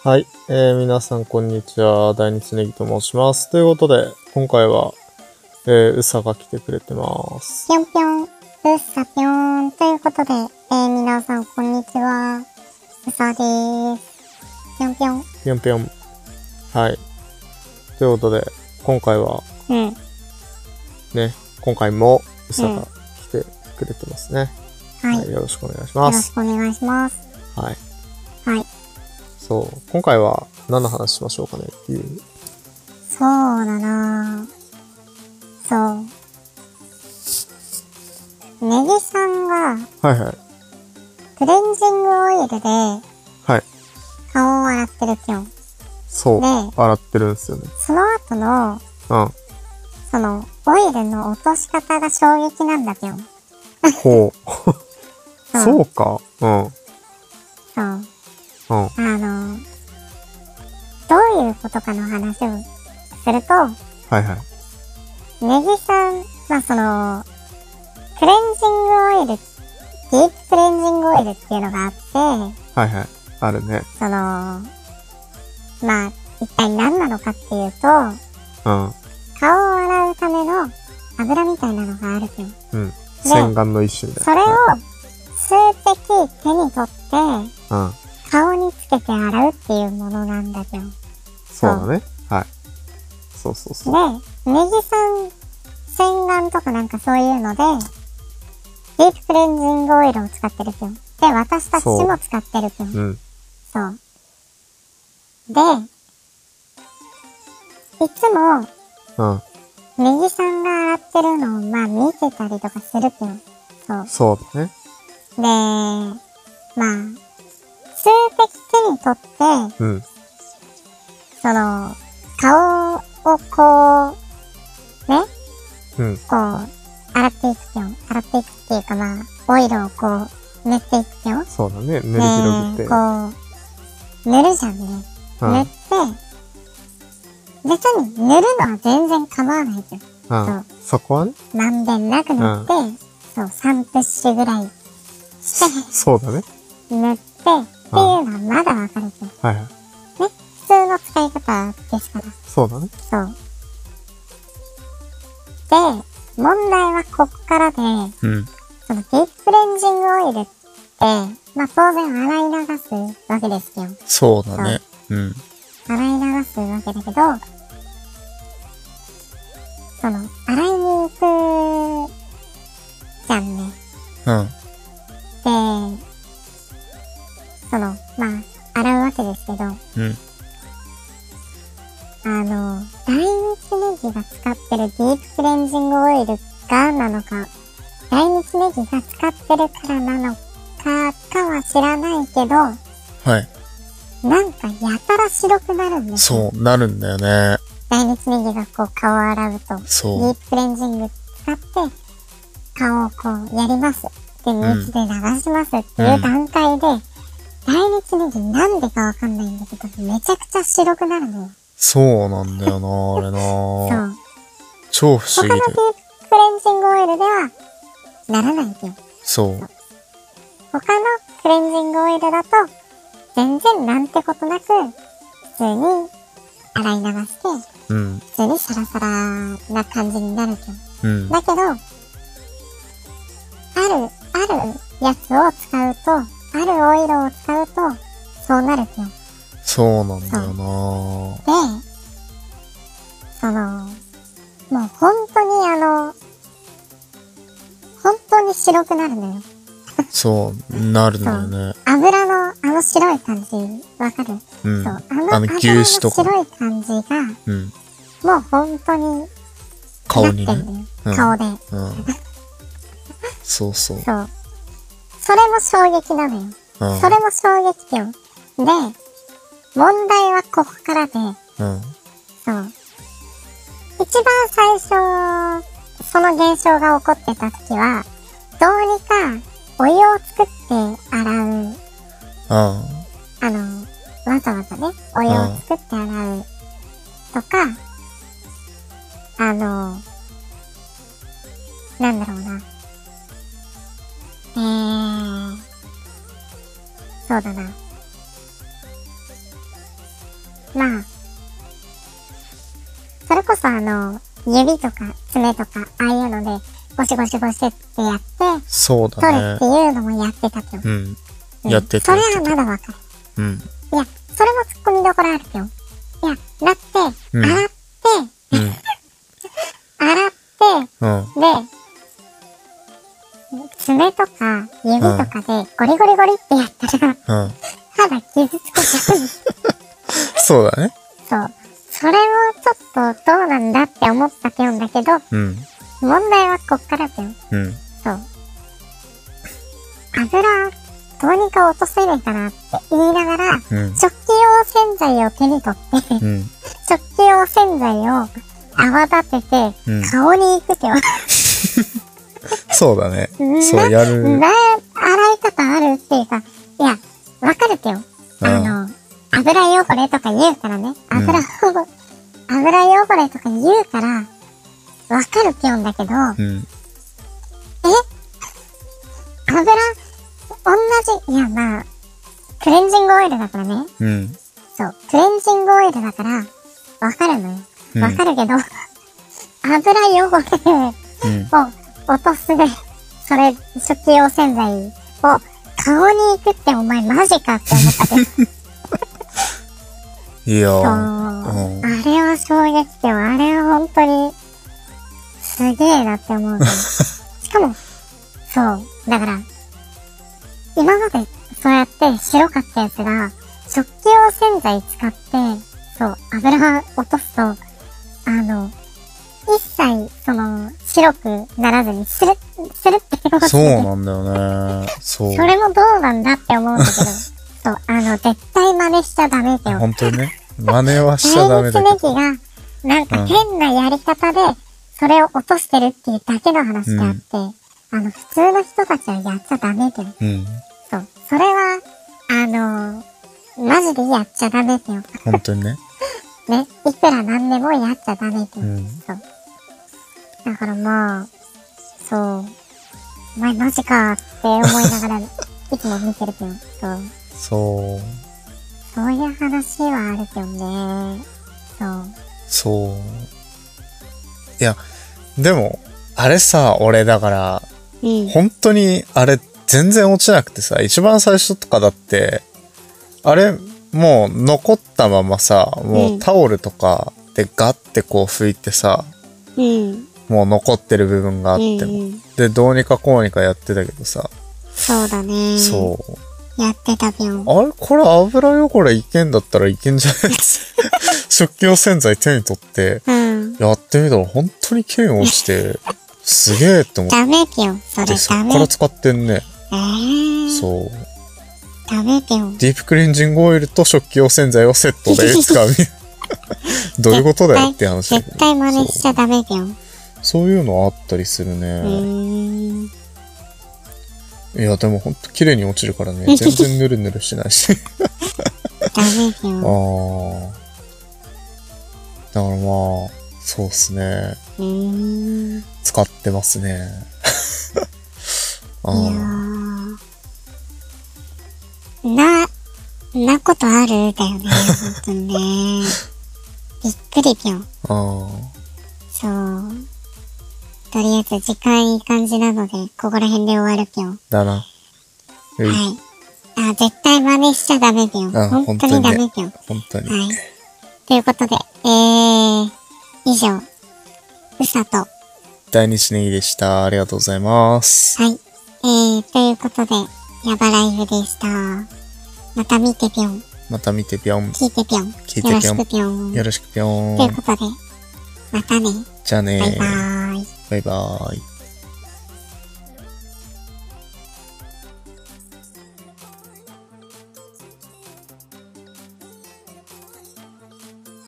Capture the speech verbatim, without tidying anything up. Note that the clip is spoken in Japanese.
はい、えー、皆さんこんにちは。大日ネギと申します。ということで、今回は、えー、うさが来てくれてます。 ぴょんぴょん、うっさぴょん。ということで、えー、皆さんこんにちは。うさでーす。ぴょんぴょん。 ぴょんぴょん。はい。ということで、今回は、 うん。 ね、今回もうさが来てくれてますね。 はい。 はい、よろしくお願いしよろします。 くお願いします。 はい。 はい。 そう、今回は何の話しましょうかねっていう。 そうだなぁ。そう。ネギさんが、 はいはい。 クレンジングオイルで、 はい。 顔を洗ってるぴょん。 そう。 で洗ってるんですよね。 その後の、 うん。 その、オイルの落とし方が衝撃なんだぴょん。 ほう。 そうそうか。うん。 そう。 うん。 あの、どういうことかの話をすると、 はいはい。 ネギさん、まあその、クレンジングオイル、ディープクレンジングオイルっていうのがあって、 はいはい。あるね。 その、まあ、一体何なのかっていうと、 うん。 顔を洗うための油みたいなのがあるけど、 うん。洗顔の一種みたいそれをな。 数滴手に取って、 うん。 顔につけて洗うっていうものなんだけど。 そうだね。はい。そうそうそう。 で、ネギさん、洗顔とかなんかそういうので、ディープクレンジングオイルを使ってるぴょん。で、私たちも使ってるぴょん。 うん。 そう。で、いつも、 うん。 ネギさんが洗ってるのをまあ見てたりとかするぴょん。そう。 そうだね。 で、まあ、数滴手に取って、 うん。 その、顔をこう、ね、 うん。 こう、洗っていくぴょん。洗っていくっていうかまあ、オイルをこう、塗っていくぴょん。 そうだね。塗り広げて。 で、こう、塗るじゃんね。 うん。 塗って、別に塗るのは全然構わないじゃん。 うん。そこはね。 まんべんなく塗って、そう、さんプッシュぐらいして、 そうだね。 塗って、っていうのはまだわかるじゃん。ね、 はいはい。 普通の使い方ですから。 そうだね。 そう。で、問題はこっからで、 うん。 そのディープクレンジングオイルって、まあ当然洗い流すわけですよ。 そうだね。うん。 洗い流すわけだけど、その、洗いに行く、じゃんね。 うん。 で、その、まあ、洗うわけですけど、 うん。 あの、大日ネギが使ってるディープクレンジングオイルがなのか、大日ネギが使ってるからなのか、かは知らないけど、 はい。 なんかやたら白くなるんですよ。 そう、なるんだよね。 大日ネギがこう顔を洗うと、デそう。 ィープクレンジング使って顔をこうやります。で、水で流しますっていう段階で、大日ネギなんでかわかんないんだけど、めちゃくちゃ白くなるのよ。 そうなんだよな、あれそな。 う。 超不思議で。 他のディープクレンジングオイルではならないけど、 そう。 他のクレンジングオイルだと、全然なんてことなく、普通に洗い流して、 うん。 普通にサラサラな感じになるけど。 うん。 だけど、ある、あるやつを使うと、あるオイルを使うと、そうなるけど。 そうなんだよな。 で、その、もう本当にあの、本当に白くなるのよ。 そう、なるんだよね。 油のあの白い感じ、わかる？ うん。 そう。あのあの牛脂とか。 油の白い感じが、 うん。 もう本当に、 顔にね。 なってんだよ。 うん顔で。 うん。そうそう。 そう。それも衝撃なのよ。 うん。 それも衝撃よ。で、問題はここからで、 うん。 そう。一番最初、その現象が起こってた時は、どうにかお湯を作って洗う。 うん。 あの、わざわざね、お湯を作って洗う。とか、あの、なんだろうな。えー、そうだな。 まあ、それこそあの、指とか爪とか、ああいうので、ゴシゴシゴシってやって、 そうだ取るねって。いうのもやってたけど。 うん。 うんやってた。 それはまだわかる。 うん。 いや、それも突っ込みどころあるけど。いや、だって、 うん洗って、 うん。 洗って、 うん。 で、爪とか指とかでゴリゴリゴリってやったら、 うん。 肌傷つけちゃうんです。 そうだね。 そう。それもちょっとどうなんだって思ったぴょんだけど、 うん。 問題はこっからぴょん。 うん。 そう。油、どうにか落とせねえかなって言いながら、 うん。 食器用洗剤を手に取って、 うん。 食器用洗剤を泡立てて、 うん顔に行くぴょん。 そうだね。 なそう、やる。 な、洗い方あるっていうか、いや、わかるぴょん。あの、油汚れとか言うからね。油、油汚れとか言うから、わかるぴょんだけど、 うん。 油、同じ、いやまあ、クレンジングオイルだからね。 うん。 そう、クレンジングオイルだから、わかるのよ。 うんわかるけど、油汚れうん。 を落とすで、それ、食器用洗剤を顔に行くってお前マジかって思ったけど。 いやそう、 ー。 あれは衝撃でも、あれは本当に、すげえなって思うの。しかも、そう、だから、今までそうやって白かったやつが、食器用洗剤使って、そう、油落とすと、あの、一切、その、白くならずに、スルッ、スルッって思ってそうなんだよね。そう。 それもどうなんだって思うんだけど、そう、あの、絶対真似しちゃダメってよ。 本当にね。真似はしちゃダメだけど。 耐熱ネギが、なんか変なやり方で、それを落としてるっていうだけの話であって、あの、普通の人たちはやっちゃダメってよ。 うん。 そう。それは、あのマジでやっちゃダメってよ。 本当にね。 ね。いくらなんでもやっちゃダメってよ。 うん。 そう。だからまあ、そう。お前マジかって思いながら、いつも見てるけど、そう。 そう。 そういう話はあるけどね。そう。 そう。いや、でも、あれさ、俺だから、 うん。 本当に、あれ、全然落ちなくてさ、一番最初とかだって、あれ、もう残ったままさ、もうタオルとかでガッてこう拭いてさ、 うん。 もう残ってる部分があっても。 うん、 で、どうにかこうにかやってたけどさ。 そうだね。 そう。 やってたぴょん。 あれこれ油汚れいけんだったらいけんじゃないっつって食器用洗剤手に取ってうん。 やってみたら本当に剣落ちてすげえって思っダメぴょん。それてそダメ。 っから使ってんね。 えー、 そう。 ダメぴょん。 ディープクレンジングオイルと食器用洗剤をセットで使う。どういうことだよって話だけど。 絶対真似しちゃダメぴょん。 そう、そういうのあったりするね。 うーん。 いや、でもほんと綺麗に落ちるからね。全然ヌルヌルしないし。 ダメぴょん。 ああ。だからまあ、そうっすね。 うーん。 使ってますね。あいやーー。な、なことあるだよね。ほんとにね。びっくりぴょん。 あー。 そう。とりあえず時間いい感じなので、ここら辺で終わるぴょん。 だな。ういはい。あ、絶対真似しちゃダメぴょん。 あ本当にダメぴょん。 本当に。 はい。ということで、えー、以上、うさと、は大日ネギでした。ありがとうございます。 い。えー、ということで、ヤバライフでした。また見てぴょん。 また見てぴょん。 聞いてぴょん。 聞いてぴょんよろしくぴょん。 よろしくぴょん。 ということで、またね。 じゃあねバイバーイ。 バイバーイ。